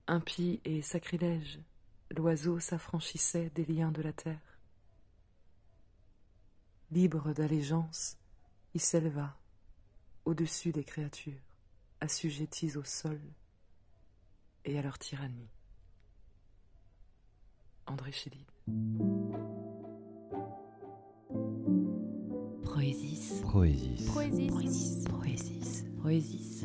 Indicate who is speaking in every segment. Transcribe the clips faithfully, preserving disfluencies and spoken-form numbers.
Speaker 1: Impie et sacrilège, l'oiseau s'affranchissait des liens de la terre. Libre d'allégeance, il s'éleva au-dessus des créatures, assujetties au sol et à leur tyrannie. André Chédid.
Speaker 2: Proésis.
Speaker 3: Proésis.
Speaker 2: Proésis. Proésis. Proésis.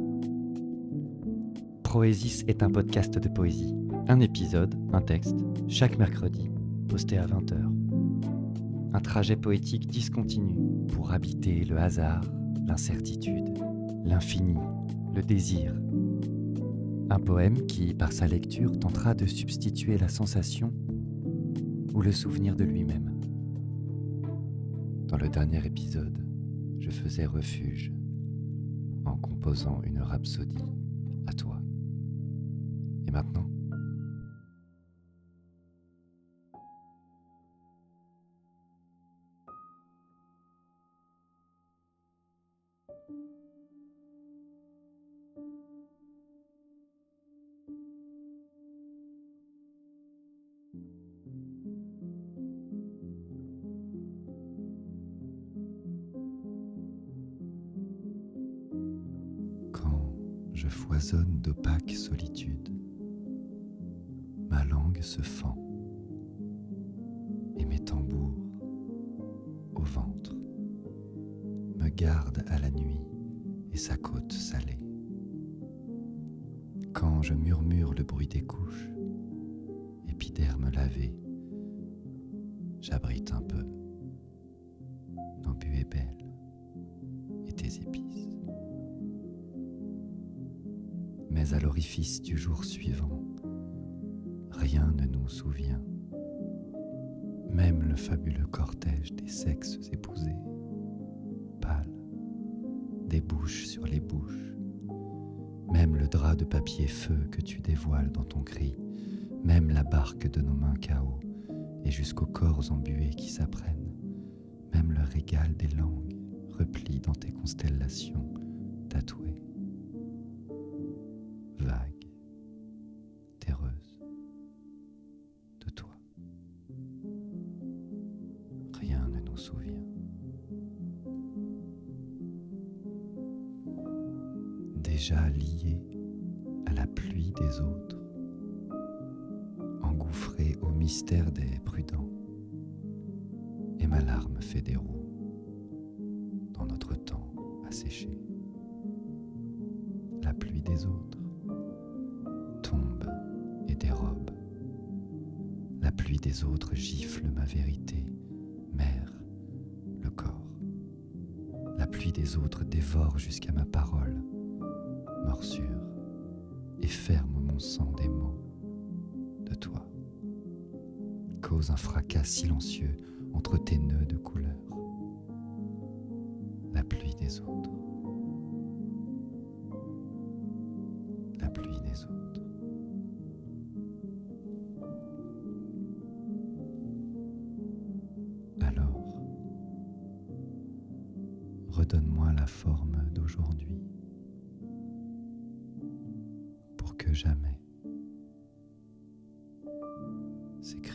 Speaker 3: Proésis est un podcast de poésie. Un épisode, un texte, chaque mercredi, posté à vingt heures. Un trajet poétique discontinu pour habiter le hasard, l'incertitude, l'infini, le désir. Un poème qui, par sa lecture, tentera de substituer la sensation ou le souvenir de lui-même. Dans le dernier épisode, je faisais refuge en composant une rhapsodie à toi. Et maintenant ? Quand je foisonne d'opaque solitude, ma langue se fend et mes tambours au ventre me gardent à la nuit et sa côte salée. Quand je murmure le bruit des couches, épiderme lavé, j'abrite un peu nos buées belles et tes épices. Mais à l'orifice du jour suivant, rien ne nous souvient, même le fabuleux cortège des sexes épousés, pâles, des bouches sur les bouches, même le drap de papier feu que tu dévoiles dans ton cri, même la barque de nos mains chaos, et jusqu'aux corps embués qui s'apprennent, même le régal des langues replis dans tes constellations tatouées, vagues, terreuses, de toi. Rien ne nous souvient. Déjà liés à la pluie des autres, engouffrés au mystère des prudents, et ma larme fait des roues dans notre temps asséché. La pluie des autres tombe et dérobe. La pluie des autres gifle ma vérité, mère, le corps. La pluie des autres dévore jusqu'à ma parole, morsure, et ferme mon sang des mots de toi. Cause un fracas silencieux entre tes nœuds de couleur. La pluie des autres. La pluie des autres. Alors, redonne-moi la forme d'aujourd'hui pour que jamais s'écrit